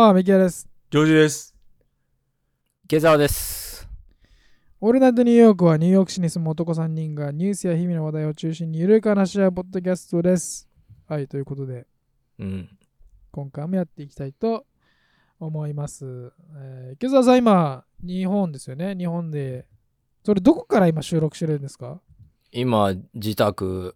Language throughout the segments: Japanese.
も、ミキヤです。 ジョージです。 池澤です。 オールナイトニューヨークはニューヨーク市に住む男3人がニュースや日々の話題を中心にゆるく話し合うポッドキャストです。はい、ということで、今回もやっていきたいと思います。池澤さん、今、日本ですよね。日本で。それ、どこから今収録してるんですか？ 今、自宅、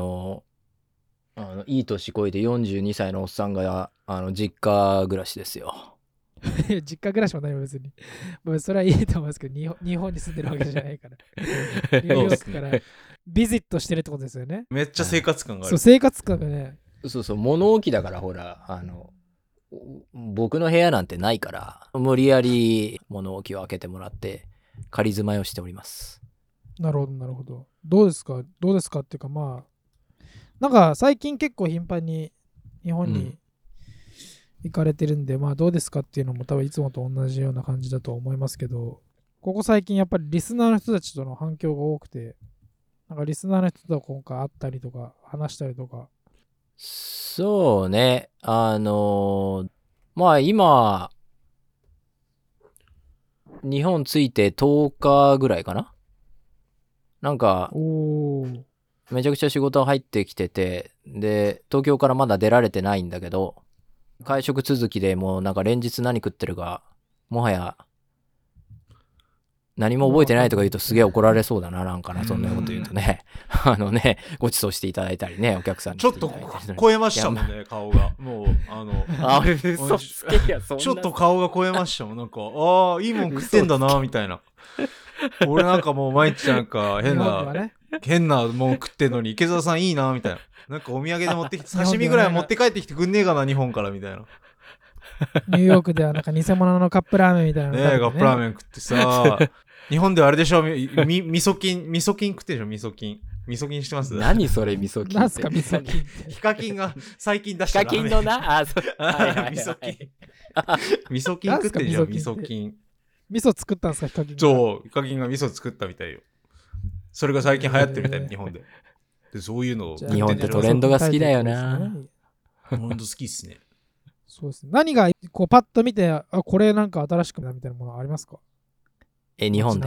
いい年こいて42歳のおっさんが、実家暮らしですよ。 実家暮らしもないよ、別に。まあそれはいいと思いますけど、日本に住んでるわけじゃないから。ニューヨークからビジットしてるってことですよね。 めっちゃ生活感があそう、 る。 生活感がね。 そう、物置だから、ほら、僕の部屋なんてないから、無理やり物置を開けてもらって、仮住まいをしております。 なるほど、なるほど。どうですかっていうか、まあ、なんか最近結構頻繁に日本に行かれてるんで、まあどうですかっていうのも多分いつもと同じような感じだと思いますけど、ここ最近やっぱりリスナーの人たちとの反響が多くて、なんかリスナーの人と今回会ったりとか話したりとか。 そうね。まあ今、日本着いて10日ぐらいかな。なんか、めちゃくちゃ仕事入ってきてて、で、東京からまだ出られてないんだけど、会食続きでもうなんか連日何食ってるか、もはや、何も覚えてないとか言うとすげえ怒られそうだな、なんかな、そんなこと言うとね。ご馳走していただいたりね、お客さんに。 ちょっと超えましたもんね、顔が。もう、 嘘つけや、そんな。 ちょっと顔が超えましたもん。なんか、ああ、いいもん食ってんだな、みたいな。俺なんかもう毎日なんか変なもん食ってんのに、池澤さんいいな、みたいな。なんかお土産で持ってきて、刺身ぐらい持って帰ってきてくんねえかな、日本からみたいな。 ニューヨークではなんか偽物のカップラーメンみたいなの食べてね。 カップラーメン食ってさ、日本ではあれでしょ、味噌菌食ってるでしょ、味噌菌。味噌菌してます？ 何それ、味噌菌。 何すか、味噌菌って。 ヒカキンが最近出したラーメン。ヒカキンのな、 味噌菌。味噌菌食ってるじゃん、味噌菌。 味噌作ったんですか、ヒカキンが。 そう、ヒカキンが味噌作ったみたいよ。それが最近流行ってるみたいな、日本で。で、そういうのを。 日本ってトレンドが好きだよな。 トレンド好きっすね。 そうですね。何がこうパッと見て、あ、これなんか新しくなみたいなものありますか？ 日本で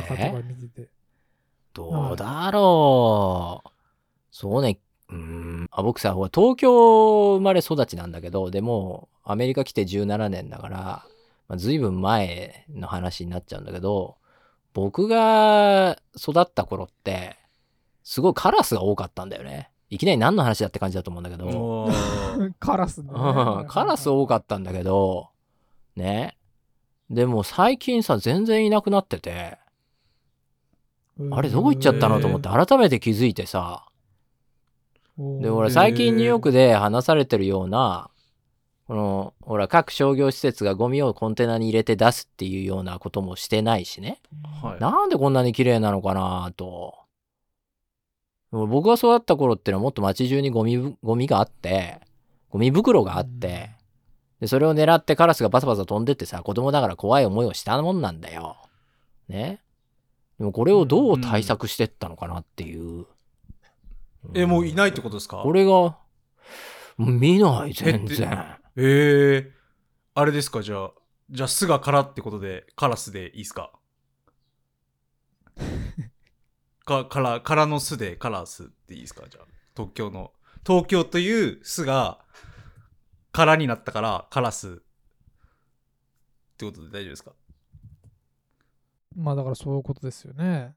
どうだろう。そうね。僕さ、東京生まれ育ちなんだけど、でもアメリカ来て17年だから、ずいぶん前の話になっちゃうんだけど、僕が育った頃ってすごいカラスが多かったんだよね。いきなり何の話だって感じだと思うんだけど。 カラスね。 カラス多かったんだけど、ね。でも最近さ、全然いなくなってて、あれどこ行っちゃったのと思って改めて気づいてさ。で、俺最近ニューヨークで話されてるような、ほら、各商業施設がゴミをコンテナに入れて出すっていうようなこともしてないしね。はい、なんでこんなに綺麗なのかなと。僕が育った頃ってのはもっと街中にゴミがあって、ゴミ袋があって、で、それを狙ってカラスがバサバサ飛んでってさ、子供だから怖い思いをしたもんなんだよ。ね。でもこれをどう対策してったのかなっていう。 もういないってことですか？ これが、見ない、全然。 あれですか、じゃあ巣が空ってことで、カラスでいいですか？空の巣でカラスっていいですか？じゃあ、東京という巣が空になったからカラスってことで大丈夫ですか？ まあだからそういうことですよね。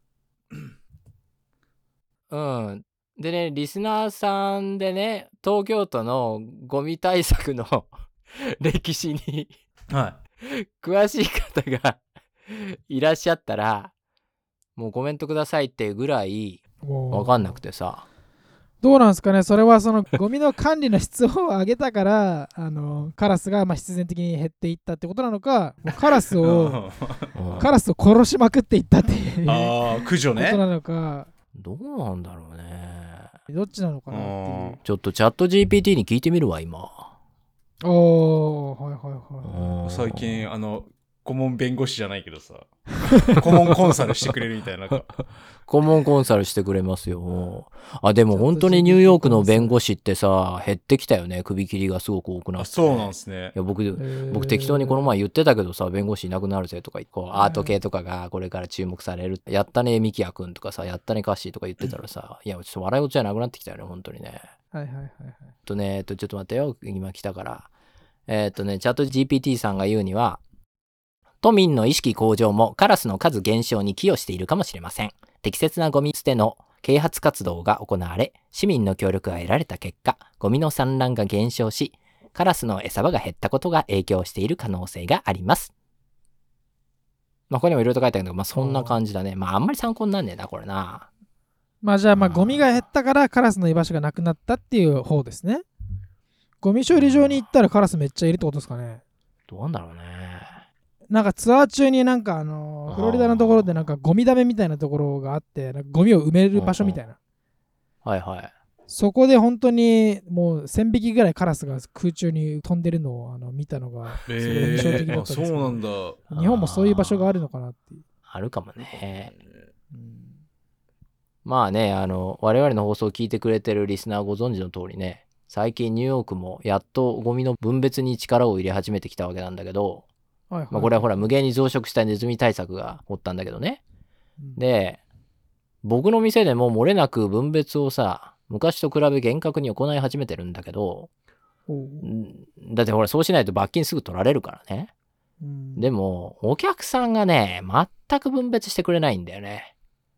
でね、リスナーさんでね、東京都のゴミ対策の歴史に詳しい方がいらっしゃったら、もうコメントくださいっていうぐらい分かんなくてさ。 どうなんですかね。それはそのゴミの管理の質を上げたからカラスが必然的に減っていったってことなのか、カラスを殺しまくっていったっていう駆除ね。 ことなのか。 どうなんだろうね。 どっちなのかなっていう。 ちょっとチャット GPT に聞いてみるわ、今。 はいはいはい。 最近顧問弁護士じゃないけどさ顧問コンサルしてくれるみたいな。 顧問コンサルしてくれますよ。あ、でも本当にニューヨークの弁護士ってさ、減ってきたよね。首切りがすごく多くなって、ね。 そうなんですね。 いや僕適当にこの前言ってたけどさ、弁護士いなくなるぜとか、こうアート系とかがこれから注目される。やったね、ミキヤくんとかさ、やったね、カッシーとか言ってたらさ、いや、ちょっと笑い事じゃなくなってきたよね、本当にね。 はいはいはいはい。 ちょっと待ってよ、今来たから。チャット GPT さんが言うには、都民の意識向上もカラスの数減少に寄与しているかもしれません。適切なゴミ捨ての啓発活動が行われ、市民の協力が得られた結果、ゴミの散乱が減少し、カラスの餌場が減ったことが影響している可能性があります。まあ、ここにもいろいろと書いてあるけど、まあ、そんな感じだね。まあ、あんまり参考になんねえな、これな。 まあじゃあ、ゴミが減ったからカラスの居場所がなくなったっていう方ですね。ゴミ処理場に行ったらカラスめっちゃいるってことですかね。 どうなんだろうね。 なんかツアー中になんかフロリダのところでなんかゴミだめみたいなところがあって、なんかゴミを埋める場所みたいな。 はいはい。 そこで本当にもう1000匹ぐらいカラスが空中に飛んでるのを見たのがすごい印象的だったんですけど、 そうなんだ。 日本もそういう場所があるのかなっていう。 あるかもね。まあね、我々の放送を聞いてくれてるリスナーご存知の通りね、最近ニューヨークもやっとゴミの分別に力を入れ始めてきたわけなんだけど、 はいはい、 まあこれはほら無限に増殖したネズミ対策がおったんだけどね。で、僕の店でも漏れなく分別をさ、昔と比べ厳格に行い始めてるんだけど、だってほらそうしないと罰金すぐ取られるからね。でもお客さんがね、全く分別してくれないんだよね。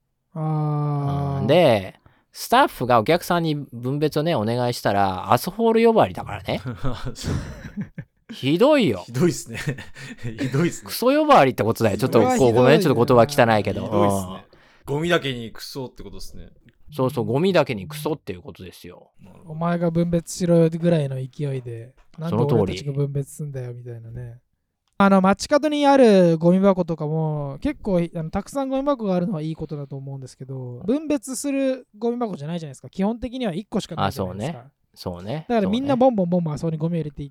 で、スタッフがお客さんに分別をね、お願いしたら、アスホール呼ばわりだからね。ひどいよ。 ひどいっすね。ひどいっすね。 クソ呼ばわりってことだよ。ちょっとごめん、ちょっと言葉汚いけど。 ひどいっすね。ゴミだけにクソってことですね。 そうそう、ゴミだけにクソっていうことですよ。 お前が分別しろよぐらいの勢いで、なんで俺たちが分別すんだよみたいなね。街角にあるゴミ箱とかも結構たくさんゴミ箱があるのはいいことだと思うんですけど、分別するゴミ箱じゃないじゃないですか。基本的には1個しかないじゃないですか。 そうね。 だからみんなボンボンあそこにゴミを入れていって、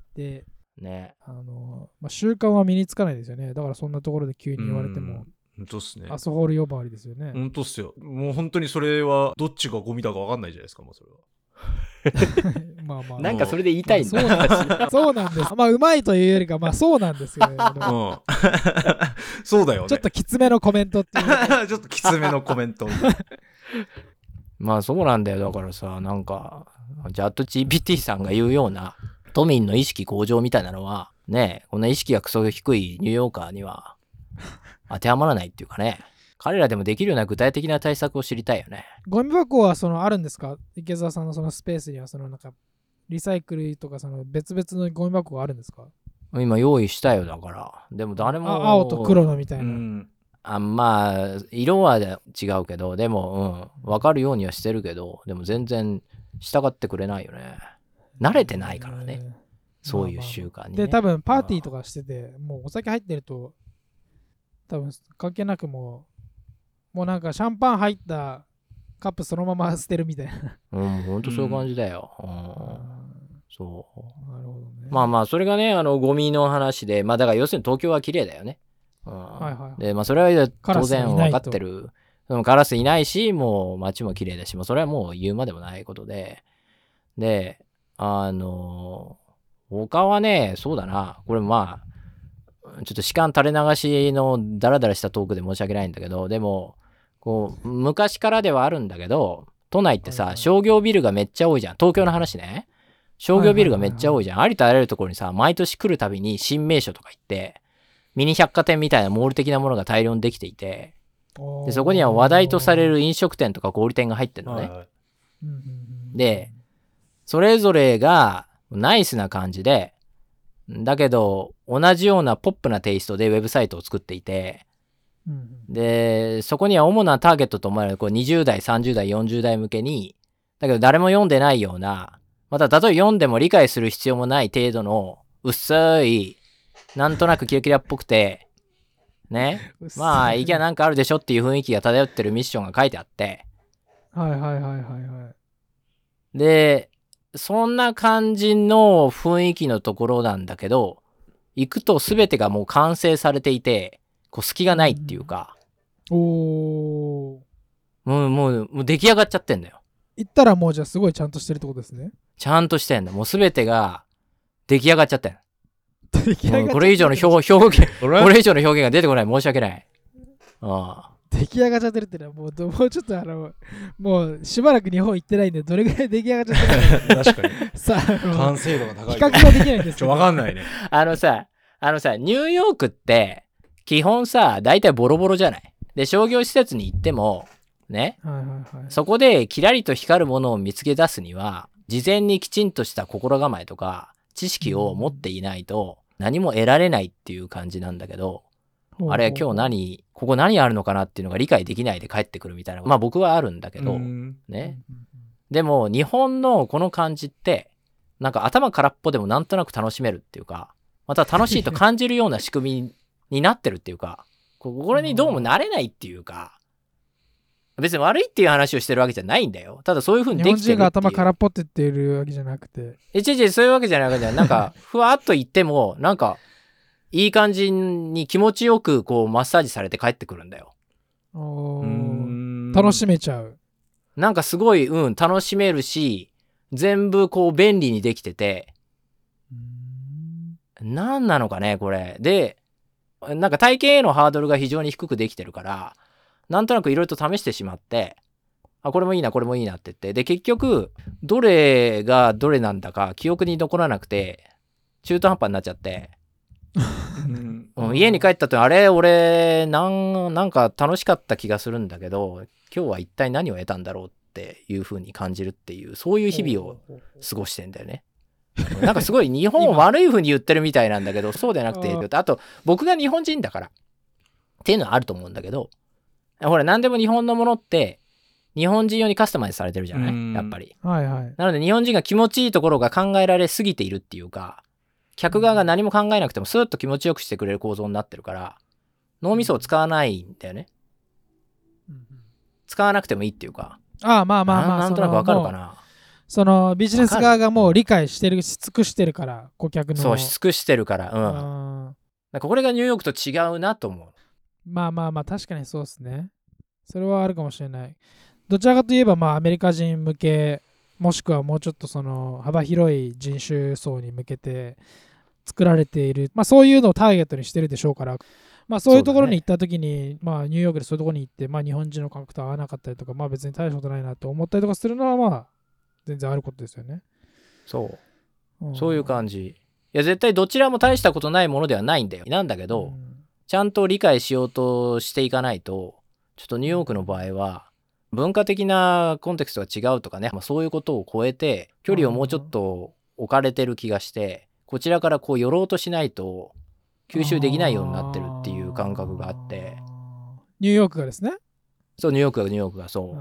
ね。 習慣は身につかないですよね。だからそんなところで急に言われても。 本当っすね。 アスホール呼ばわりですよね。 本当っすよ。もう本当にそれはどっちがゴミだか分かんないじゃないですか、もうそれは。 まあなんかそれで言いたいんだ。そうなんです。まあうまいというよりか、まあそうなんですよね。 そうだよね。 ちょっときつめのコメントっていう。 ちょっときつめのコメント。 まあそうなんだよ。だからさ、なんか、チャット GPT さんが言うような都民の意識向上みたいなのは、ね、こんな意識がクソ低いニューヨーカーには当てはまらないっていうかね。彼らでもできるような具体的な対策を知りたいよね。 ゴミ箱はあるんですか？池澤さんのそのスペースにはなんかリサイクルとか別々のゴミ箱があるんですか？ 今用意したよだから。でも誰も青と黒のみたいな。 まあ色は違うけど、でも分かるようにはしてるけど、でも全然従ってくれないよね。慣れてないからね。そういう習慣に、ね。 で多分パーティーとかしてて、もうお酒入ってると多分関係なくもうなんかシャンパン入ったカップそのまま捨てるみたいな。 ほんとそういう感じだよ。そう。 なるほどね。 まあそれがね、ゴミの話で、まあだから要するに東京は綺麗だよね。で、まあそれは当然分かってる。カラスいないし、もう街も綺麗だし、もうそれはもう言うまでもないことで。で、他はね、そうだな。これまあ、ちょっと時間垂れ流しのダラダラしたトークで申し訳ないんだけど、でも、こう、昔からではあるんだけど、都内ってさ、商業ビルがめっちゃ多いじゃん。東京の話ね。商業ビルがめっちゃ多いじゃん。ありとあらゆるところにさ、毎年来るたびに新名所とか行って、ミニ百貨店みたいなモール的なものが大量にできていて、でそこには話題とされる飲食店とか小売店が入ってるのね。で、それぞれがナイスな感じで、だけど同じようなポップなテイストでウェブサイトを作っていて、で、そこには主なターゲットと思われる20代、30代、40代向けに、だけど誰も読んでないような、また例えば読んでも理解する必要もない程度の薄い、なんとなくキラキラっぽくて、ね。まあ、いきゃなんかあるでしょっていう雰囲気が漂ってるミッションが書いてあって。で、そんな感じの雰囲気のところなんだけど、行くと全てがもう完成されていて、 こう隙がないっていうか、 おー。 もう出来上がっちゃってんだよ。 言ったらもうじゃあすごいちゃんとしてるってことですね。 ちゃんとしてんだ。もうすべてが出来上がっちゃってん。 出来上がっちゃってるこれ以上の表現、これ以上の表現が出てこない。申し訳ない。 出来上がっちゃってるってのはもうちょっともうしばらく日本行ってないんでどれぐらい出来上がっちゃってる確かに。 さあ完成度が高い。 比較ができないんですけどわかんないね。 あのさ、ニューヨークって基本さ、大体ボロボロじゃない。で、商業施設に行っても、ね、 はいはいはい、 そこでキラリと光るものを見つけ出すには、事前にきちんとした心構えとか知識を持っていないと何も得られないっていう感じなんだけど、あれ今日ここ何あるのかなっていうのが理解できないで帰ってくるみたいな、まあ僕はあるんだけど、ね。でも日本のこの感じって、なんか頭空っぽでもなんとなく楽しめるっていうか、また楽しいと感じるような仕組みになってるっていうか、これにどうも慣れないっていうか、別に悪いっていう話をしてるわけじゃないんだよ。ただそういう風にできてるっていう。 日本人が頭空っぽって言ってるわけじゃなくて。 そういうわけじゃなくて、なんか、ふわっと言っても、なんか、いい感じに気持ちよくこうマッサージされて帰ってくるんだよ。 楽しめちゃう。 なんかすごい、楽しめるし、全部こう便利にできてて、なんなのかね、これ。で、なんか体験へのハードルが非常に低くできてるから、なんとなくいろいろと試してしまって、これもいいな、これもいいなって言って、で、結局、どれがどれなんだか記憶に残らなくて、中途半端になっちゃって、家に帰ったと、あれ、俺、なんか楽しかった気がするんだけど、今日は一体何を得たんだろうっていう風に感じるっていう、そういう日々を過ごしてんだよね。なんかすごい日本を悪い風に言ってるみたいなんだけど、そうではなくて、あと、僕が日本人だからっていうのはあると思うんだけど、ほら、何でも日本のものって、日本人用にカスタマイズされてるじゃないやっぱり。 はいはい。 なので日本人が気持ちいいところが考えられすぎているっていうか、客側が何も考えなくてもスーッと気持ちよくしてくれる構造になってるから、脳みそを使わないんだよね。使わなくてもいいっていうか。 まあなんとなくわかるかな。 そのビジネス側がもう理解してるし尽くしてるから顧客の。 そうし尽くしてるから。なんかこれがニューヨークと違うなと思う。 まあ確かにそうですね。それはあるかもしれない。どちらかといえばアメリカ人向け、もしくはもうちょっとその幅広い人種層に向けて作られている、そういうのをターゲットにしてるでしょうから、そういうところに行った時に、ニューヨークでそういうところに行って、日本人の感覚と合わなかったりとか、別に大したことないなと思ったりとかするのは全然あることですよね。 そう。そういう感じ。いや絶対どちらも大したことないものではないんだよ。なんだけど、ちゃんと理解しようとしていかないと、ちょっとニューヨークの場合は文化的なコンテクストが違うとかね、そういうことを超えて距離をもうちょっと置かれてる気がして、こちらからこう寄ろうとしないと吸収できないようになってるっていう感覚があって。 ニューヨークがですね。 そう、ニューヨークがそう。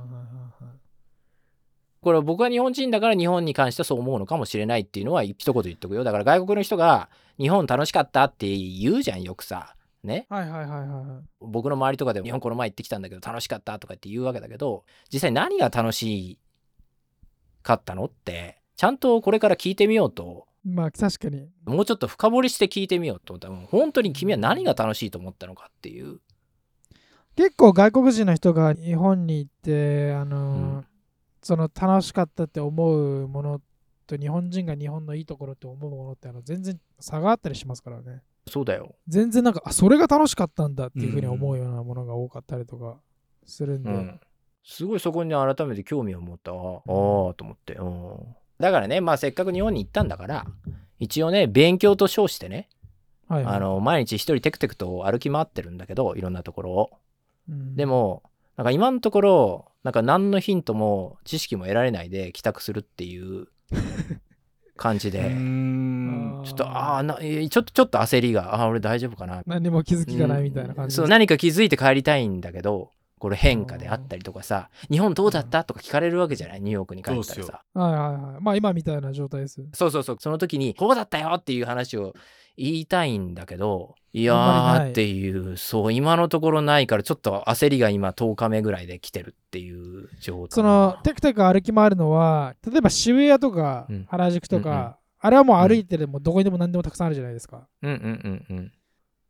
これ僕は日本人だから日本に関してはそう思うのかもしれないっていうのは一言言っとくよ。だから外国の人が日本楽しかったって言うじゃん、よくさ。ね。僕の周りとかでも日本この前行ってきたんだけど楽しかったとかって言うわけだけど、実際何が楽しかったのってちゃんとこれから聞いてみようと。 確かにもうちょっと深掘りして聞いてみようと思ったら、本当に君は何が楽しいと思ったのかっていう。 結構外国人の人が日本に行ってその楽しかったって思うものと日本人が日本のいいところって思うものって全然差があったりしますからね。 そうだよ。 全然なんかそれが楽しかったんだっていうふうに思うようなものが多かったりとかするんで、 すごいそこに改めて興味を持ったと思って、だからね、せっかく日本に行ったんだから一応ね勉強と称してね、毎日一人テクテクと歩き回ってるんだけど、いろんなところを、でもなんか今のところなんか何のヒントも知識も得られないで帰宅するっていう感じでちょっとちょっと焦りが俺大丈夫かな、 何も気づきがないみたいな感じ、 そう何か気づいて帰りたいんだけど、これ変化であったりとかさ、日本どうだったとか聞かれるわけじゃない、ニューヨークに帰ったらさ。 今みたいな状態です。 そうその時にこうだったよっていう話を言いたいんだけど、いやーっていう、そう今のところないから、ちょっと焦りが今10日目ぐらいで来てるっていう状態。 そのテクテク歩き回るのは、例えば渋谷とか原宿とか、あれはもう歩いてでもどこにでも何でもたくさんあるじゃないですか。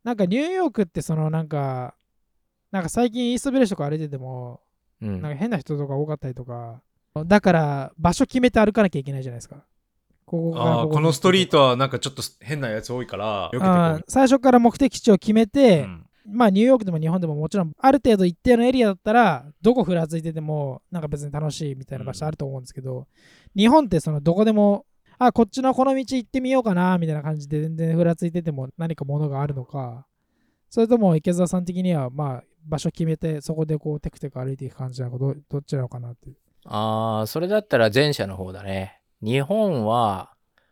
なんかニューヨークってなんか最近イーストビレッジとか歩いてても、なんか変な人とか多かったりとか、だから場所決めて歩かなきゃいけないじゃないですか。 このストリートはなんかちょっと変なやつ多いから避けてこう。 最初から目的地を決めて、まあニューヨークでも日本でももちろんある程度一定のエリアだったらどこふらついててもなんか別に楽しいみたいな場所あると思うんですけど、日本ってどこでもこっちのこの道行ってみようかなみたいな感じで全然ふらついてても何かものがあるのか、それとも池澤さん的にはまあ場所決めてそこでこうテクテク歩いていく感じなのか、どっちなのかなっていう。 それだったら前者の方だね。日本は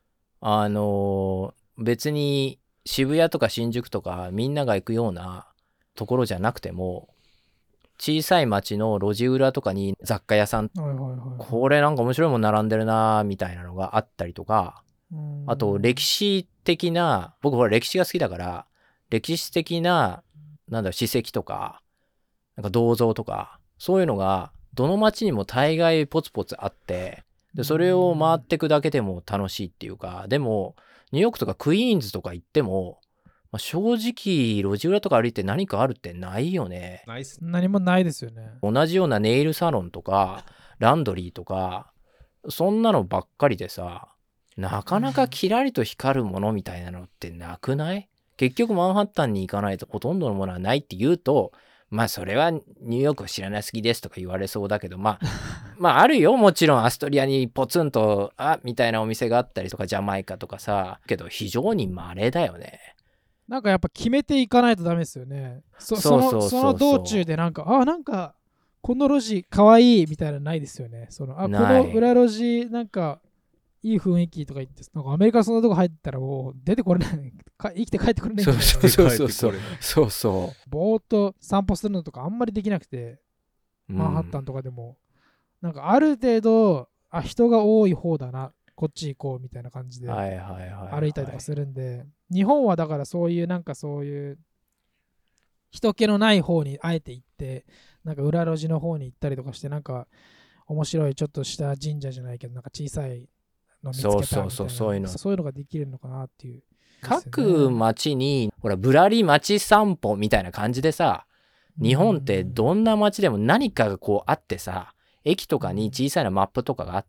別に渋谷とか新宿とかみんなが行くようなところじゃなくても、小さい町の路地裏とかに雑貨屋さん、これなんか面白いもん並んでるなみたいなのがあったりとか、あと歴史的な、僕ほら歴史が好きだから歴史的な史跡とかなんか銅像とかそういうのがどの町にも大概ポツポツあって、でそれを回ってくだけでも楽しいっていうか、でもニューヨークとかクイーンズとか行っても、正直路地裏とか歩いて何かあるってないよね。 何もないですよね。 同じようなネイルサロンとかランドリーとかそんなのばっかりでさ、なかなかキラリと光るものみたいなのってなくない？結局マンハッタンに行かないとほとんどのものはないって言うと、まあそれはニューヨークを知らなすぎですとか言われそうだけど、まああるよ、もちろんアストリアにポツンとみたいなお店があったりとかジャマイカとかさ、けど非常に稀だよね。 なんかやっぱ決めていかないとダメですよね。その道中でなんかこの路地かわいいみたいなのないですよね。この裏路地なんかいい雰囲気とか言って、なんかアメリカそんなとこ入ったらもう出てこれない生きて帰ってこれないみたいな。 そうぼーっと散歩するのとかあんまりできなくて、マンハッタンとかでもなんかある程度人が多い方だな、こっち行こうみたいな感じで歩いたりとかするんで、日本はだからそういう人気のない方にあえて行って、なんか裏路地の方に行ったりとかして、なんか面白いちょっとした神社じゃないけどなんか小さいの見つけたみたいな、そういうのができるのかなっていう、 各町にほらぶらり町散歩みたいな感じでさ、日本ってどんな町でも何かがこうあってさ、駅とかに小さいなマップとかがあって、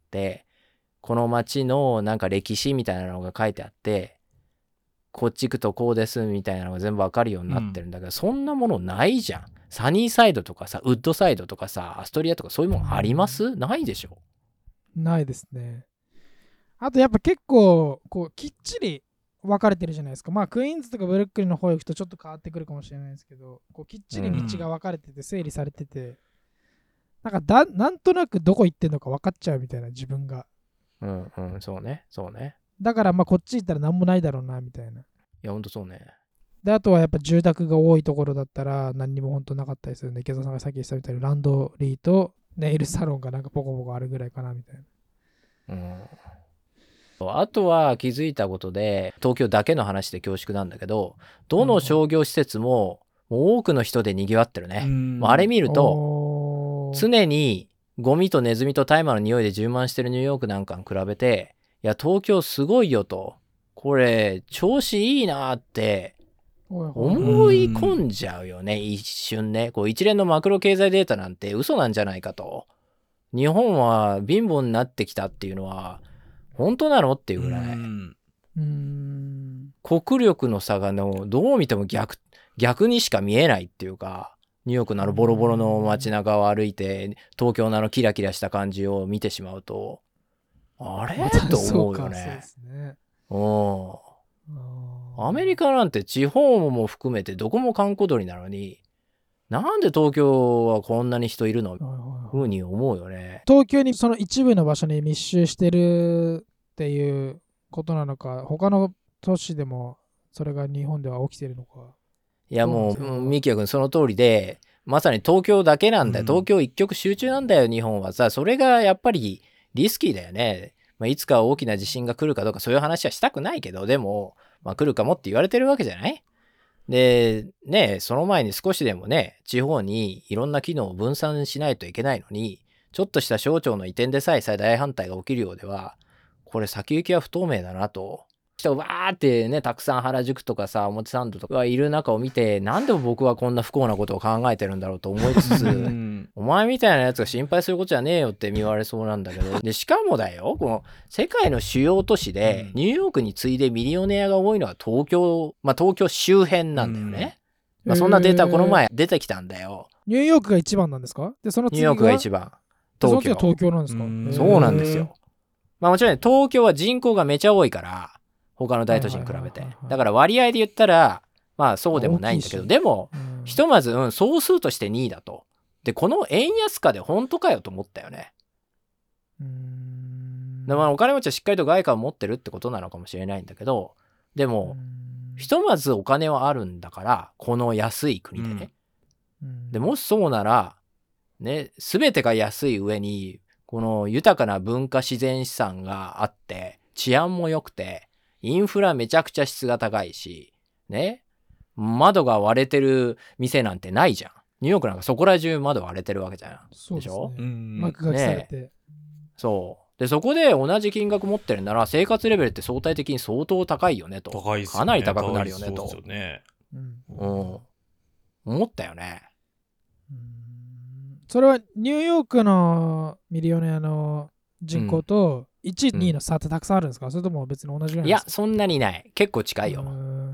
この町のなんか歴史みたいなのが書いてあって、こっち行くとこうですみたいなのが全部わかるようになってるんだけど、そんなものないじゃん。サニーサイドとかさ、ウッドサイドとかさ、アストリアとかそういうもんあります？ないでしょ。 ないですね。あとやっぱ結構こうきっちり分かれてるじゃないですか。まあクイーンズとかブルックリンの方行くとちょっと変わってくるかもしれないですけど、こうきっちり道が分かれてて整理されてて、なんとなくどこ行ってんのか分かっちゃうみたいな、自分が。 そうね。 だからまあこっち行ったら何もないだろうなみたいな。いやほんとそうね。 であとはやっぱ住宅が多いところだったら何にも本当なかったりするんで、池澤さんがさっき言ったみたいにランドリーとネイルサロンがなんかポコポコあるぐらいかなみたいな。 あとは気づいたことで、東京だけの話で恐縮なんだけど、どの商業施設も多くの人で賑わってるね。あれ見ると常にゴミとネズミと大麻の匂いで充満してるニューヨークなんかに比べて、いや東京すごいよと、これ調子いいなって思い込んじゃうよね、一瞬ね。こう一連のマクロ経済データなんて嘘なんじゃないかと。日本は貧乏になってきたっていうのは本当なのっていうぐらい。国力の差がどう見ても逆にしか見えないっていうか、ニューヨークのボロボロの街中を歩いて東京のキラキラした感じを見てしまうと、あれと思うよね。アメリカなんて地方も含めてどこも観光鳥なのに、なんで東京はこんなに人いるのふうに思うよね。 東京にその一部の場所に密集してるっていうことなのか、他の都市でもそれが日本では起きてるのか。 いやもうミキヤ君その通りで、まさに東京だけなんだよ。東京一極集中なんだよ日本はさ。それがやっぱりリスキーだよね。いつか大きな地震が来るかどうかそういう話はしたくないけど、でも来るかもって言われてるわけじゃない。でね、その前に少しでもね、地方にいろんな機能を分散しないといけないのに、ちょっとした省庁の移転でさえ大反対が起きるようでは、これ先行きは不透明だなと。 人がわーってねたくさん原宿とかさ表参道とかいる中を見て、なんで僕はこんな不幸なことを考えてるんだろうと思いつつお前みたいなやつが心配することじゃねえよって言われそうなんだけど、でしかもだよ、この世界の主要都市でニューヨークに次いでミリオネアが多いのは東京、まあ東京周辺なんだよね。まあ、そんなデータこの前出てきたんだよ。 ニューヨークが一番なんですか？でその次ニューヨークが一番。東京。 東京なんですか？ そうなんですよ。まあもちろん、ね、東京は人口がめちゃ多いから他の大都市に比べて、だから割合で言ったらまあそうでもないんだけど、でもひとまず、総数として2位だと。でこの円安化で本当かよと思ったよね。でまあお金持ちはしっかりと外貨を持ってるってことなのかもしれないんだけど、でもひとまずお金はあるんだからこの安い国でね、でもしそうならね、全てが安い上にこの豊かな文化自然資産があって治安も良くてインフラめちゃくちゃ質が高いしね、窓が割れてる店なんてないじゃん。ニューヨークなんかそこら中窓割れてるわけじゃん。 そうですね、 でしょ？ 幕書きされて、 ね、そうでそこで同じ金額持ってるなら生活レベルって相対的に相当高いよねと。 高いっすよね、 かなり高くなるよねと。 そうですよね。 思ったよね。 それはニューヨークのミリオネアの人口と1位、2位の差ってたくさんあるんですか？それとも別に同じぐらいですか？ いやそんなにない。結構近いよ。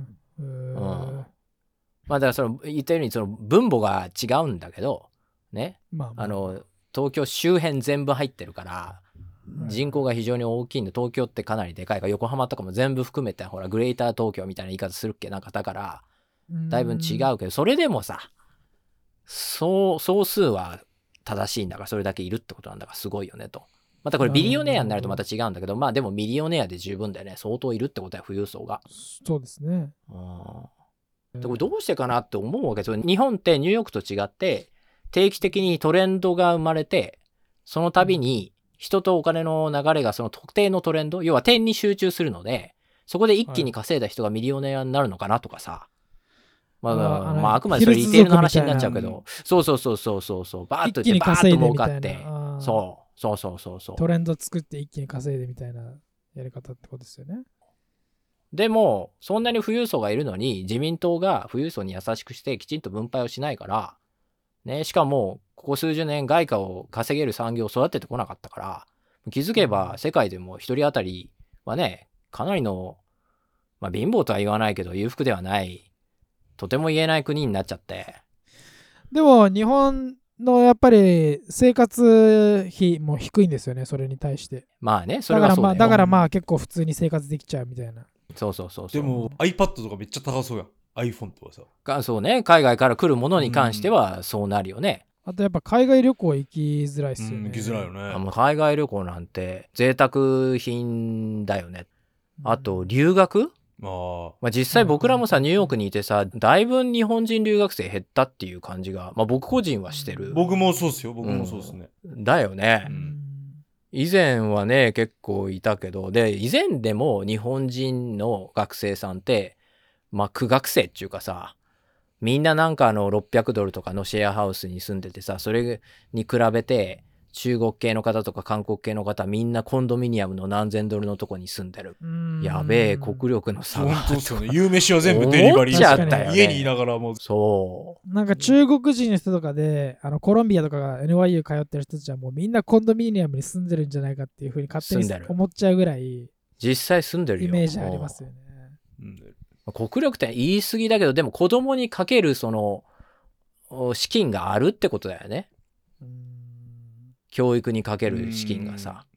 まあだからその言ったようにその分母が違うんだけどね、東京周辺全部入ってるから人口が非常に大きいんで、東京ってかなりでかいから横浜とかも全部含めてほらグレーター東京みたいな言い方するっけなんかだからだいぶ違うけど、それでもさ総数は正しいんだからそれだけいるってことなんだからすごいよねと。またこれビリオネアになるとまた違うんだけど、まあでもミリオネアで十分だよね。相当いるってことは富裕層が。 そうですね。 でこれどうしてかなって思うわけですよ。日本ってニューヨークと違って定期的にトレンドが生まれて、その度に人とお金の流れがその特定のトレンド、要は点に集中するので、そこで一気に稼いだ人がミリオネアになるのかなとかさ。まああくまでそれリテールの話になっちゃうけど、そうバーッと言ってバーッと儲かって、そうトレンド作って一気に稼いでみたいなやり方ってことですよね。 でもそんなに富裕層がいるのに自民党が富裕層に優しくしてきちんと分配をしないからね、しかもここ数十年外貨を稼げる産業を育ててこなかったから、気づけば世界でも一人当たりはねかなりの、まあ貧乏とは言わないけど裕福ではないとても言えない国になっちゃって。 でも日本のやっぱり生活費も低いんですよね、それに対して。 まあね、それはそうだよ。 だからまあ結構普通に生活できちゃうみたいな。 そうでも iPad とかめっちゃ高そうやん。iPhone とかさ。 そうね、海外から来るものに関してはそうなるよね。 あとやっぱ海外旅行行きづらいっすよね。 行きづらいよね。 もう海外旅行なんて贅沢品だよね。あと留学、まあ実際僕らもさニューヨークにいてさだいぶ日本人留学生減ったっていう感じが、まあ僕個人はしてる。 僕もそうですよ。僕もそうですね。 だよね。以前はね結構いたけど、で以前でも日本人の学生さんってまあ苦学生っていうかさ、みんななんか600ドルとかのシェアハウスに住んでてさ、それに比べて中国系の方とか韓国系の方みんなコンドミニアムの何千ドルのとこに住んでる。やべえ国力の差が。 本当ですよね。夕飯は全部デリバリーしちゃったよね。 家にいながらも。 そうなんか中国人の人とかでコロンビアとかが NYU 通ってる人たちはもうみんなコンドミニアムに住んでるんじゃないかっていう風に勝手に思っちゃうぐらい実際住んでるよ。 イメージありますよね。 国力って言い過ぎだけど、でも子供にかけるその資金があるってことだよね。教育にかける資金がさ。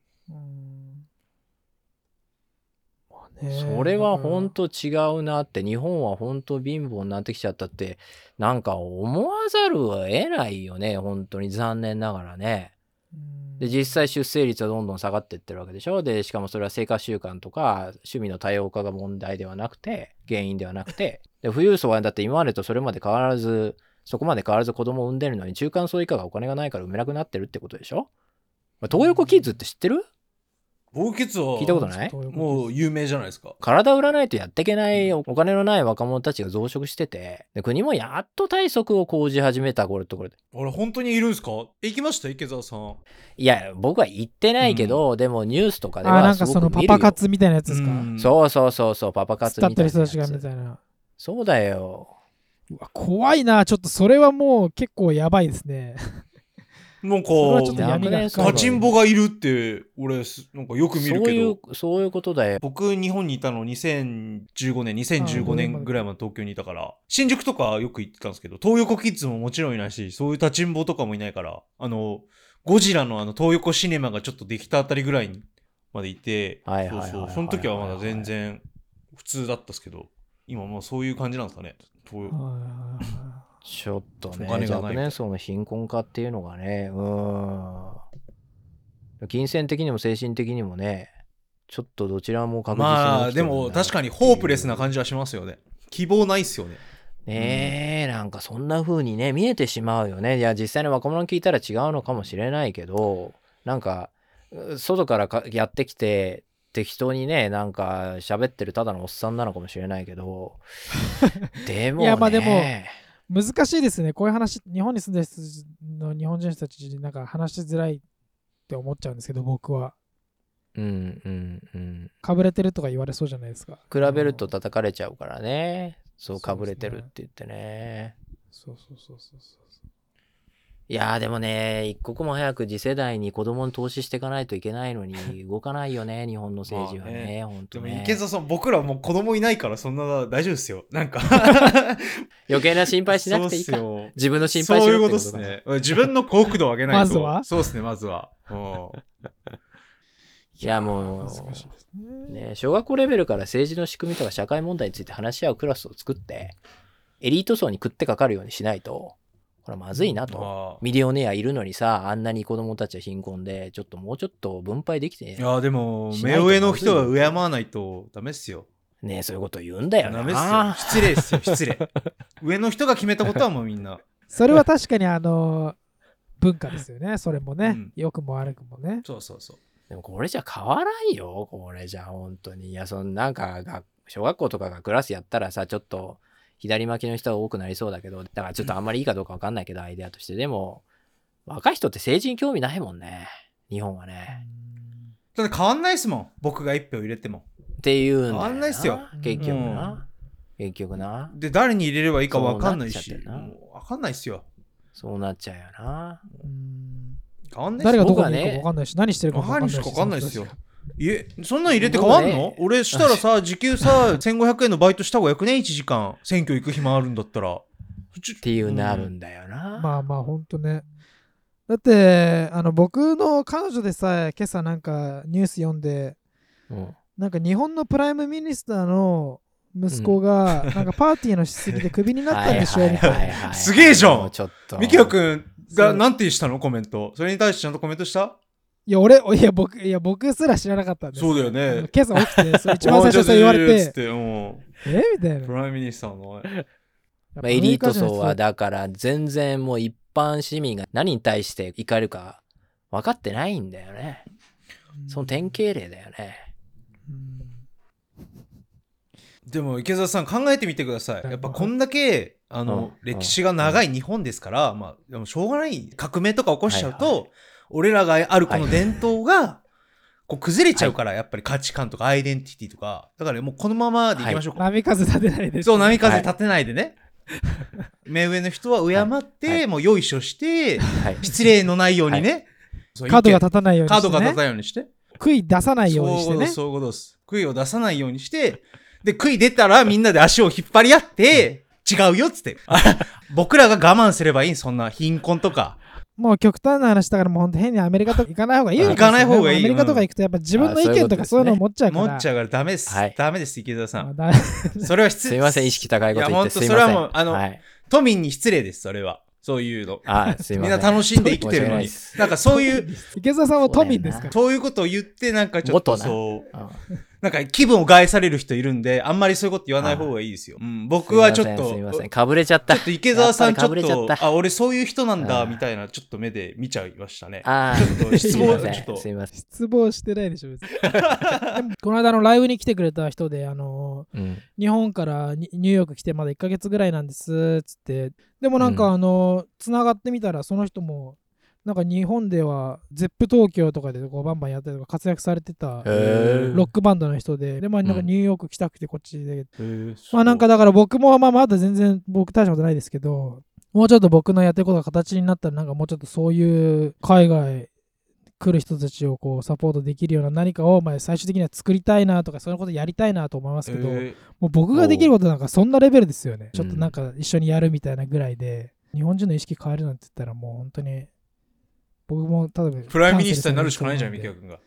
それは本当違うなって。日本は本当貧乏になってきちゃったってなんか思わざるを得ないよね。本当に残念ながらね。で実際出生率はどんどん下がっていってるわけでしょ。でしかもそれは生活習慣とか趣味の多様化が問題ではなくて、原因ではなくて、で富裕層はだって今までとそれまで変わらず、そこまで変わらず子供を産んでるのに中間層以下がお金がないから産めなくなってるってことでしょ。東横キッズって知ってる？ 棒血は聞いたことない？ もう有名じゃないですか。 体売らないとやっていけないお金のない若者たちが増殖してて、で国もやっと対策を講じ始めた頃ところで。 あれ本当にいるんすか？行きました池澤さん。 いや、僕は言ってないけど、でもニュースとかでなんはすかそのごく見るよ。 パパ活みたいなやつですか？ そう、パパ活みたいなやつ。 伝ってる人たちがみたいな。 そうだよ。 うわ怖いな。ちょっとそれはもう結構やばいですね。 なんかそれはちょっと闇が深いガチンボがいるって俺なんかよく見るけど、 そういうことだよ。 僕日本にいたの2015年ぐらいまで東京にいたから、新宿とかよく行ってたんですけど、東横キッズももちろんいないし、そういう立ちんぼとかもいないから、ゴジラの東横シネマがちょっとできたあたりぐらいにまでいて、その時はまだ全然普通だったんですけど、今もうそういう感じなんですかね。 ちょっとね、 お金がない若年層の貧困化っていうのがね、金銭的にも精神的にもね、ちょっとどちらも確実にまあでも確かにホープレスな感じはしますよね。希望ないっすよね。 ねえ、なんかそんな風にね見えてしまうよね。いや実際の若者に聞いたら違うのかもしれないけど、なんか外からやってきて適当にねなんか喋ってるただのおっさんなのかもしれないけどでもね、 いやまあでも難しいですね。こういう話、日本に住んでる人の日本人たちになんか話しづらいって思っちゃうんですけど、僕は。かぶれてるとか言われそうじゃないですか。 比べると叩かれちゃうからね。そう、かぶれてるって言ってね。 そう。 いやーでもね、一刻も早く次世代に子供に投資していかないといけないのに動かないよね、日本の政治はね。本当ね。 でも池澤さん、僕らもう子供いないからそんな大丈夫ですよ。なんか余計な心配しなくていいか。自分の心配しろってことだ。 そういうことですね。自分の幸福度を上げないと。 まずはそうですね、まずは。 いやもう、ね、小学校レベルから政治の仕組みとか社会問題について話し合うクラスを作って、エリート層に食ってかかるようにしないと、これはまずいなと。ミリオネアいるのにさ、あんなに子供たちは貧困で、ちょっともうちょっと分配できてね。 いやでも、目上の人は敬わないとダメっすよ。 ねえ、そういうこと言うんだよな。 ダメっすよ。失礼っすよ、失礼。上の人が決めたことはもうみんな。 それは確かに文化ですよね。それもね。良くも悪くもね。 そう。 でもこれじゃ変わらんよ。これじゃ本当に。いや、なんか小学校とかがクラスやったらさ、ちょっと左巻きの人が多くなりそうだけど、だからちょっとあんまりいいかどうか分かんないけど、アイデアとして。でも、若い人って政治に興味ないもんね。日本はね。 だって変わんないっすもん。僕が一票入れても。 っていうんだよな。 変わんないっすよ。 結局な。結局な。 で、誰に入れればいいか分かんないし。分かんないっすよ。 そうなっちゃうよな。 変わんないっすよ。 誰がどこにいるか分かんないし、何してるか分かんないし。 分かんないっすよ。そんなん入れて変わんの？俺したらさ、時給さ、1500円のバイトした方がよくね？ 1 時間。選挙行く暇あるんだったら。 っていうなるんだよな。 まあほんとね。だって僕の彼女でさえ今朝なんかニュース読んで、なんか日本のプライムミニスターの息子がなんかパーティーのしすぎでクビになったんでしょみたいな。 すげえじゃん。ミキヤくんがなんてしたのコメント。それに対してちゃんとコメントした？ いや僕すら知らなかったんです。 そうだよね。 今朝起きて一番最初そう言われてみたいな。 プライムミニスターのエリート層はだから全然もう一般市民が何に対して怒るか分かってないんだよね。その典型例だよね。 でも池澤さん考えてみてください。やっぱこんだけ歴史が長い日本ですから、まあでもしょうがない革命とか起こしちゃうと、俺らがあるこの伝統がこう崩れちゃうから、やっぱり価値観とかアイデンティティとか、だからもうこのままでいきましょうか。 波風立てないで。 そう、波風立てないでね。目上の人は敬って、もうよいしょして、失礼のないようにね。 角が立たないようにして。 角が立たないようにして。 悔い出さないようにしてね。 そういうことです。悔いを出さないようにして、で、悔い出たらみんなで足を引っ張り合って、違うよっつって。僕らが我慢すればいい、そんな貧困とか。 もう極端な話だからもう本当変にアメリカとか行かない方がいいよ。 行かない方がいい。 アメリカとか行くとやっぱ自分の意見とかそういうのを持っちゃうから。 持っちゃうからダメです。ダメです、池田さん。 それは失礼。 すいません、意識高いこと言ってすいません。 それはもう、都民に失礼です、それは。そういうの。 すいません。 みんな楽しんで生きてるのに。なんかそういう。 池澤さんは都民ですから。 そういうことを言ってなんかちょっとそう。 なんか気分を害される人いるんで、あんまりそういうこと言わない方がいいですよ。うん、僕はちょっと、 すみません、かぶれちゃった。 ちょっと池澤さんちょっと、 あ、 俺そういう人なんだ、みたいな、ちょっと目で見ちゃいましたね。 あちょっと失望、ちょっと。 すみません。 失望してないでしょ、別に。でもこの間のライブに来てくれた人で、日本からニューヨーク来てまだ1ヶ月ぐらいなんです、つって。でもなんかつながってみたら、その人も、なんか日本では ZEP 東京とかでこうバンバンやったりとか活躍されてたロックバンドの人で、まあなんかニューヨーク来たくてこっちで、まあなんかだから僕もまあまだ全然僕大したことないですけど、もうちょっと僕のやってることが形になったらなんかもうちょっとそういう海外来る人たちをこうサポートできるような何かをまあ最終的には作りたいなとかそういうことやりたいなと思いますけど、もう僕ができることなんかそんなレベルですよね。ちょっとなんか一緒にやるみたいなぐらいで、日本人の意識変えるなんて言ったらもう本当に僕も例えばプライムミニスターになるしかないじゃん、ミキヤ君が。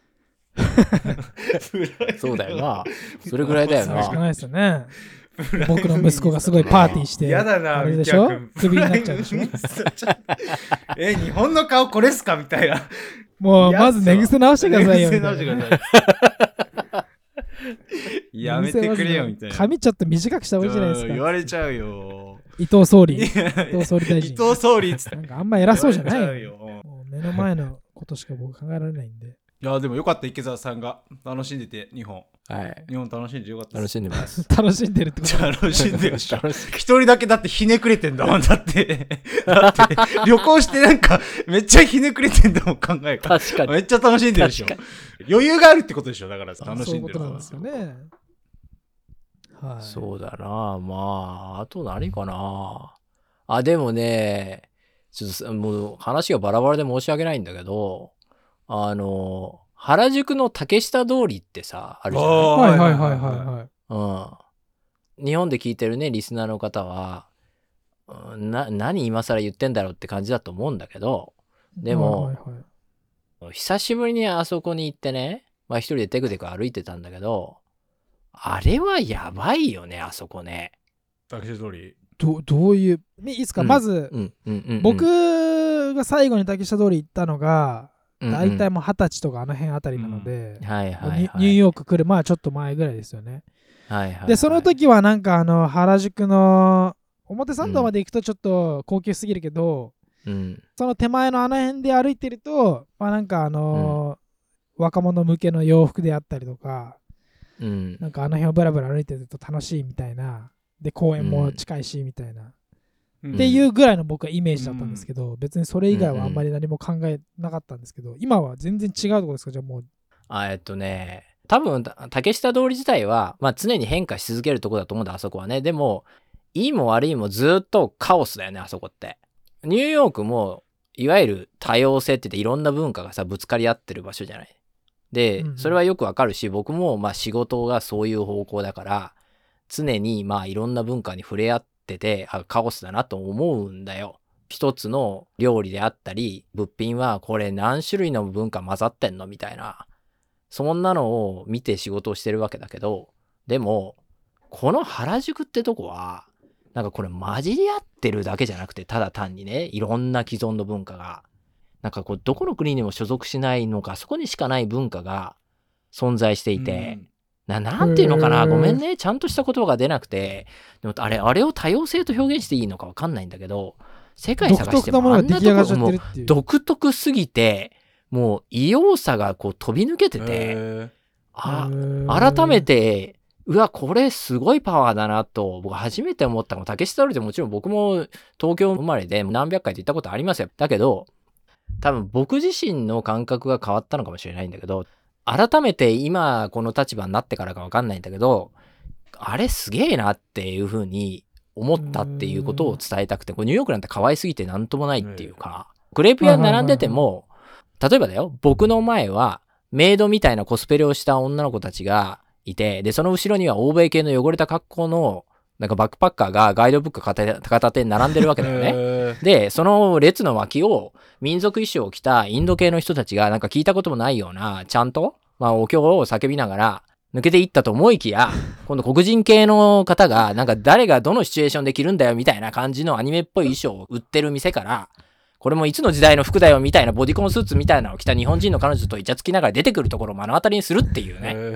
そうだよな。それぐらいだよな。 しかないですよね。僕の息子がすごいパーティーして、 やだな、 あれでしょ、クビになっちゃうでしょ。 日本の顔これっすかみたいな。 もうまず寝癖直してくださいよ。 寝癖直してください。やめてくれよみたいな。 髪ちょっと短くした方がいいじゃないですか。 言われちゃうよ。 伊藤総理。伊藤総理大臣。 伊藤総理っつって。 なんかあんま偉そうじゃないよ。もう目の前のことしか僕考えられないんで。 いやでもよかった、池澤さんが楽しんでて、日本。 はい。 日本楽しんでよかった。 楽しんでます。 楽しんでるってこと。 楽しんでる。一人だけだってひねくれてんだもん、だって。旅行してなんかめっちゃひねくれてんだもん、考えが。 確かに。 めっちゃ楽しんでるでしょ。余裕があるってことでしょ、だから楽しんでる。 そういうことなんですよね。 はい。そうだな。まあ、あと何かな。あ、でもね、ちょっともう話がバラバラで申し訳ないんだけど、原宿の竹下通りってさ、あるじゃない？ はいはいはいはい。日本で聞いてるね、リスナーの方は、何今更言ってんだろうって感じだと思うんだけど、でも、久しぶりにあそこに行ってね、まあ一人でテクテク歩いてたんだけど、あれはやばいよね、あそこね。 竹下通り。 どういう、いいですか、まず、僕が最後に竹下通り行ったのが、大体もう20歳とかあの辺あたりなので、ニューヨーク来るちょっと前ぐらいですよね。でその時はなんか原宿の表参道まで行くとちょっと高級すぎるけど、その手前のあの辺で歩いてるとまあなんか若者向けの洋服であったりとか、なんかあの辺をブラブラ歩いてると楽しいみたいな、で公園も近いしみたいな。っていうぐらいの僕はイメージだったんですけど、別にそれ以外はあんまり何も考えなかったんですけど、今は全然違うところですか？じゃあもう多分竹下通り自体は、まあ、常に変化し続けるところだと思うんだ、あそこはね。でもいいも悪いもずっとカオスだよね、あそこって。ニューヨークもいわゆる多様性って言っていろんな文化がさぶつかり合ってる場所じゃない。で、それはよくわかるし、僕もまあ仕事がそういう方向だから常にまあいろんな文化に触れ合ってて、カオスだなと思うんだよ。一つの料理であったり物品はこれ何種類の文化混ざってんのみたいな、そんなのを見て仕事をしてるわけだけど、でもこの原宿ってとこはなんかこれ混じり合ってるだけじゃなくて、ただ単にね、いろんな既存の文化がなんかこうどこの国にも所属しないのか、そこにしかない文化が存在していて、なんていうのかな、ごめんね、ちゃんとした言葉が出なくて、でもあれを多様性と表現していいのか分かんないんだけど、世界探してもあんなところも独特すぎて、もう異様さがこう飛び抜けてて、改めてうわこれすごいパワーだなと僕初めて思ったの。竹下通りでもちろん僕も東京生まれで何百回と行ったことありますよ。だけど多分僕自身の感覚が変わったのかもしれないんだけど、改めて今この立場になってからか分かんないんだけど、あれすげえなっていう風に思ったっていうことを伝えたくて、これニューヨークなんて可愛すぎてなんともないっていうか、クレープ屋に並んでても、例えばだよ、僕の前はメイドみたいなコスプレをした女の子たちがいて、でその後ろには欧米系の汚れた格好のなんかバックパッカーがガイドブック片手に並んでるわけだよね。でその列の脇を民族衣装を着たインド系の人たちがなんか聞いたこともないようなちゃんとお経を叫びながら抜けていったと思いきや、今度黒人系の方がなんか誰がどのシチュエーションで着るんだよみたいな感じのアニメっぽい衣装を売ってる店から、これもいつの時代の服だよみたいなボディコンスーツみたいなのを着た日本人の彼女とイチャつきながら出てくるところを目の当たりにするっていうね。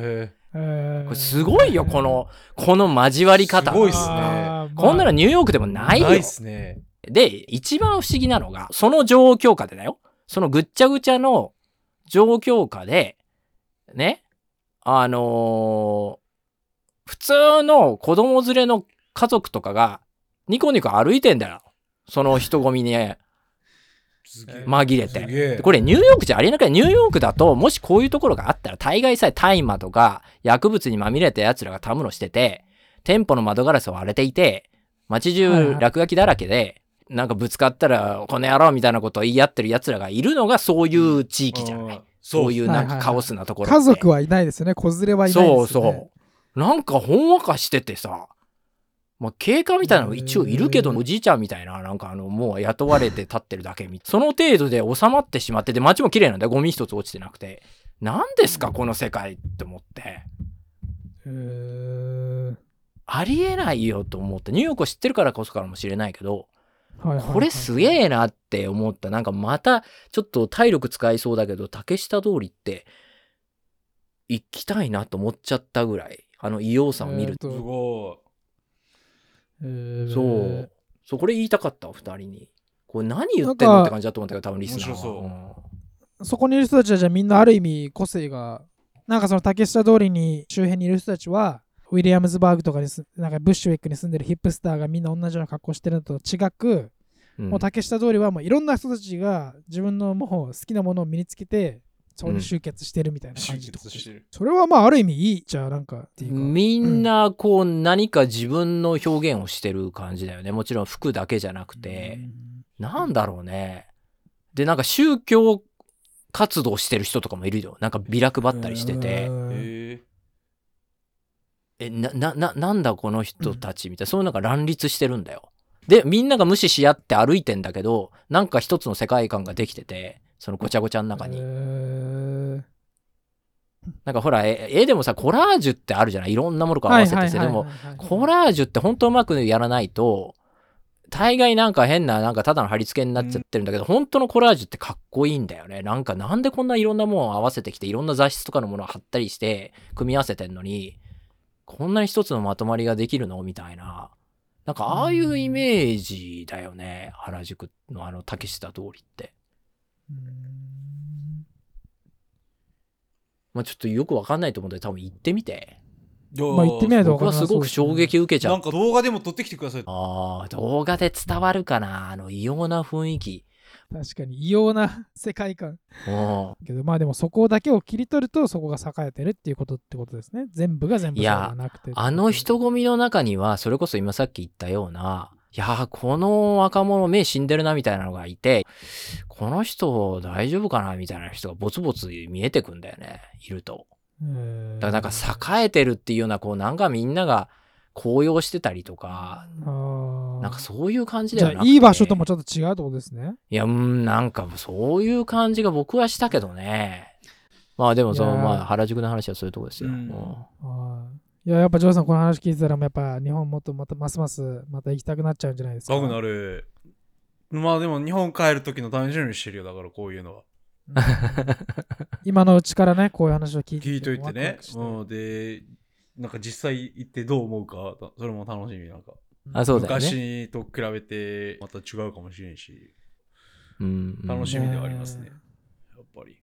これすごいよ、この交わり方。 すごいっすね。 こんなのニューヨークでもないよ。 ないっすね。 で、一番不思議なのが、その状況下でだよ。そのぐっちゃぐちゃの状況下で、ね、普通の子供連れの家族とかがニコニコ歩いてんだよ。その人混みに紛れて。でこれニューヨークじゃありえなくて、ニューヨークだと、もしこういうところがあったら、大概さえ大麻とか薬物にまみれた奴らがたむろしてて、店舗の窓ガラスを割れていて、街中落書きだらけで、なんかぶつかったらこの野郎みたいなことを言い合ってる奴らがいるのがそういう地域じゃない。そういうなんかカオスなところって。 家族はいないですよね。子連れはいないですよね。 そうそう。なんかほんわかしててさ、まあ、警官みたいなの一応いるけど、おじいちゃんみたいな、なんかもう雇われて立ってるだけみたいな。その程度で収まってしまってて、街も綺麗なんだよ。ゴミ一つ落ちてなくて。何ですか、この世界って思って。ありえないよと思って。ニューヨークを知ってるからこそかもしれないけど、これすげえなって思った。なんかまた、ちょっと体力使いそうだけど、竹下通りって行きたいなと思っちゃったぐらい。異様さを見ると。 すごい。 そうこれ言いたかった二人に。これ何言ってんのって感じだと思ったけど、多分リスナーは。 そこにいる人たちはじゃあみんなある意味個性が、なんかその竹下通りに周辺にいる人たちはウィリアムズバーグとかになんかブッシュウィックに住んでるヒップスターがみんな同じような格好してるのと違く、もう竹下通りはもういろんな人たちが自分のもう好きなものを身につけてそこに集結してるみたいな感じ、それはまあある意味いいじゃあなんかっていうか、 みんなこう何か自分の表現をしてる感じだよね。もちろん服だけじゃなくて、なんだろうね。でなんか宗教活動してる人とかもいるよ。なんかビラ配ったりしてて、なんだこの人たちみたいな、そういうのが乱立してるんだよ。でみんなが無視し合って歩いてんだけど、なんか一つの世界観ができてて、そのごちゃごちゃの中に。なんかほら絵でもさ、コラージュってあるじゃない。いろんなものから合わせてて、でもコラージュって本当うまくやらないと大概なんか変な、なんかただの貼り付けになっちゃってるんだけど、本当のコラージュってかっこいいんだよね。なんでこんないろんなものを合わせてきて、いろんな雑誌とかのものを貼ったりして組み合わせてんのに、こんなに一つのまとまりができるのみたいな。なんかああいうイメージだよね、原宿の竹下通りって。まあちょっとよくわかんないと思うんで、多分行ってみて。 まあ行ってみないと分からない。 僕はすごく衝撃受けちゃう。 なんか動画でも撮ってきてください。 動画で伝わるかな、異様な雰囲気。 確かに異様な世界観。けどまあでもそこだけを切り取るとそこが栄えてるっていうことですね。全部が全部そうじゃなくて。 人混みの中にはそれこそ今さっき言ったような、いやこの若者目死んでるなみたいなのがいて、この人大丈夫かなみたいな人がボツボツ見えてくんだよね、いると。だからなんか栄えてるっていうような、こうなんかみんなが高揚してたりとか、なんかそういう感じではなくて、 じゃあいい場所ともちょっと違うってことですね。 いやなんかそういう感じが僕はしたけどね。まあでも原宿の話はそういうとこですよ。 いややっぱジョーさんこの話聞いてたらやっぱ日本もっとまたますますまた行きたくなっちゃうんじゃないですか。 行きたくなる。まあでも日本帰る時の楽しみにしてるよ。だからこういうのは。 今のうちからねこういう話を聞いといてね。でなんか実際行ってどう思うか、それも楽しみ。なんかそうだよね、 昔と比べてまた違うかもしれんし、楽しみではありますね、やっぱり。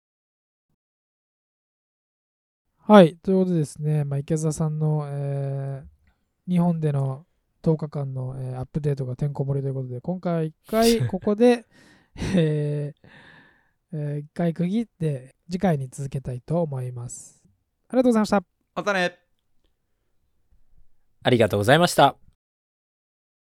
はい、ということでですね、池澤さんの、日本での10日間の、アップデートがてんこ盛りということで、今回は一回ここで、一回区切って次回に続けたいと思います。ありがとうございました。 またね。 ありがとうございました。